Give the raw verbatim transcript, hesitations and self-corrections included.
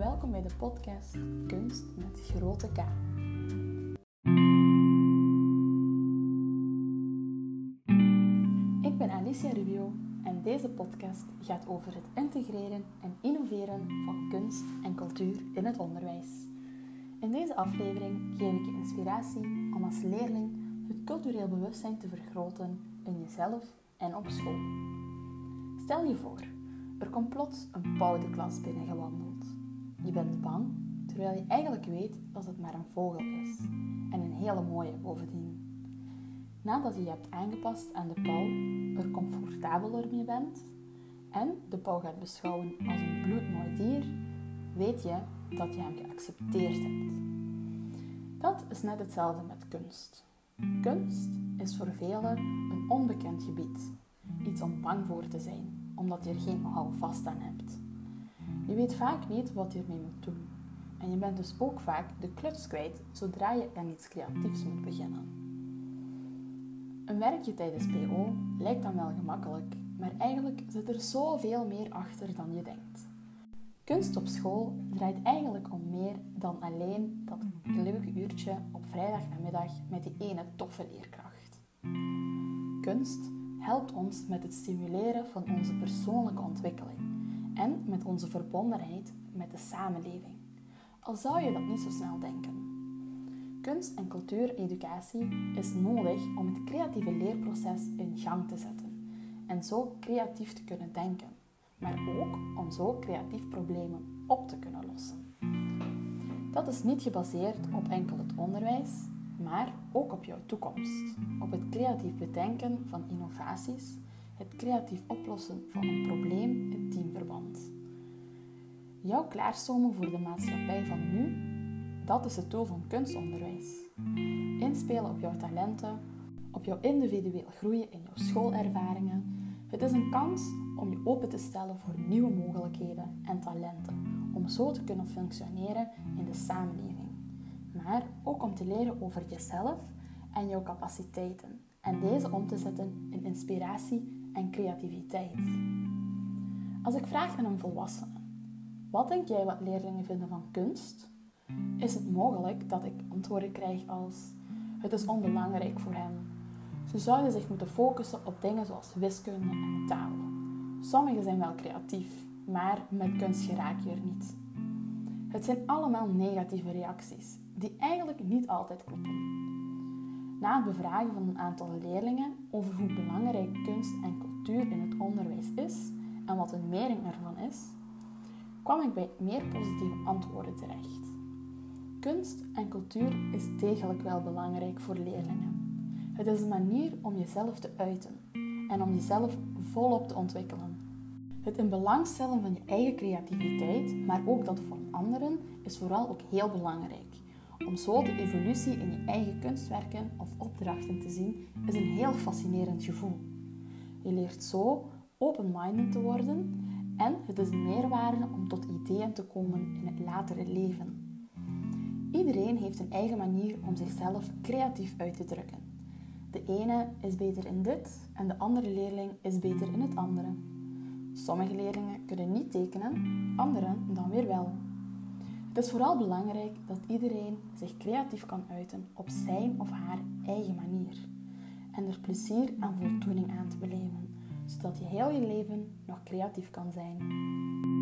welkom bij de podcast Kunst met grote K. Ik ben Alicia Rubio en deze podcast gaat over het integreren en innoveren van kunst en cultuur in het onderwijs. In deze aflevering geef ik je inspiratie om als leerling het cultureel bewustzijn te vergroten in jezelf en op school. Stel je voor, er komt plots een pauw de klas binnengewandeld. Je bent bang, terwijl je eigenlijk weet dat het maar een vogel is. En een hele mooie bovendien. Nadat je je hebt aangepast aan de pauw, er comfortabeler mee bent en de pauw gaat beschouwen als een bloedmooi dier, weet je dat je hem geaccepteerd hebt. Dat is net hetzelfde met kunst. Kunst is voor velen een onbekend gebied. Iets om bang voor te zijn, omdat je er geen houvast aan hebt. Je weet vaak niet wat je ermee moet doen. En je bent dus ook vaak de kluts kwijt zodra je aan iets creatiefs moet beginnen. Een werkje tijdens P O lijkt dan wel gemakkelijk, maar eigenlijk zit er zoveel meer achter dan je denkt. Kunst op school draait eigenlijk om meer dan alleen dat leuke uurtje op vrijdagnamiddag met die ene toffe leerkracht. Kunst helpt ons met het stimuleren van onze persoonlijke ontwikkeling en met onze verbondenheid met de samenleving. Al zou je dat niet zo snel denken. Kunst- en cultuureducatie is nodig om het creatieve leerproces in gang te zetten en zo creatief te kunnen denken, maar ook om zo creatief problemen op te kunnen lossen. Dat is niet gebaseerd op enkel het onderwijs, maar ook op jouw toekomst, op het creatief bedenken van innovaties, het creatief oplossen van een probleem in teamverband. Jouw klaarstomen voor de maatschappij van nu, dat is het doel van kunstonderwijs. Inspelen op jouw talenten, op jouw individueel groeien in jouw schoolervaringen. Het is een kans om je open te stellen voor nieuwe mogelijkheden en talenten, om zo te kunnen functioneren in de samenleving. Maar ook om te leren over jezelf en jouw capaciteiten en deze om te zetten in inspiratie en creativiteit. Als ik vraag aan een volwassene, wat denk jij wat leerlingen vinden van kunst? Is het mogelijk dat ik antwoorden krijg als, het is onbelangrijk voor hen. Ze zouden zich moeten focussen op dingen zoals wiskunde en taal. Sommigen zijn wel creatief, maar met kunst geraak je er niet. Het zijn allemaal negatieve reacties, die eigenlijk niet altijd kloppen. Na het bevragen van een aantal leerlingen over hoe belangrijk kunst en cultuur in het onderwijs is en wat hun mening ervan is, kwam ik bij meer positieve antwoorden terecht. Kunst en cultuur is degelijk wel belangrijk voor leerlingen. Het is een manier om jezelf te uiten en om jezelf volop te ontwikkelen. Het in belang stellen van je eigen creativiteit, maar ook dat van anderen, is vooral ook heel belangrijk. Om zo de evolutie in je eigen kunstwerken of opdrachten te zien, is een heel fascinerend gevoel. Je leert zo open-minded te worden en het is een meerwaarde om tot ideeën te komen in het latere leven. Iedereen heeft een eigen manier om zichzelf creatief uit te drukken. De ene is beter in dit en de andere leerling is beter in het andere. Sommige leerlingen kunnen niet tekenen, anderen dan weer wel. Het is vooral belangrijk dat iedereen zich creatief kan uiten op zijn of haar eigen manier. En er plezier en voldoening aan te beleven, zodat je heel je leven nog creatief kan zijn.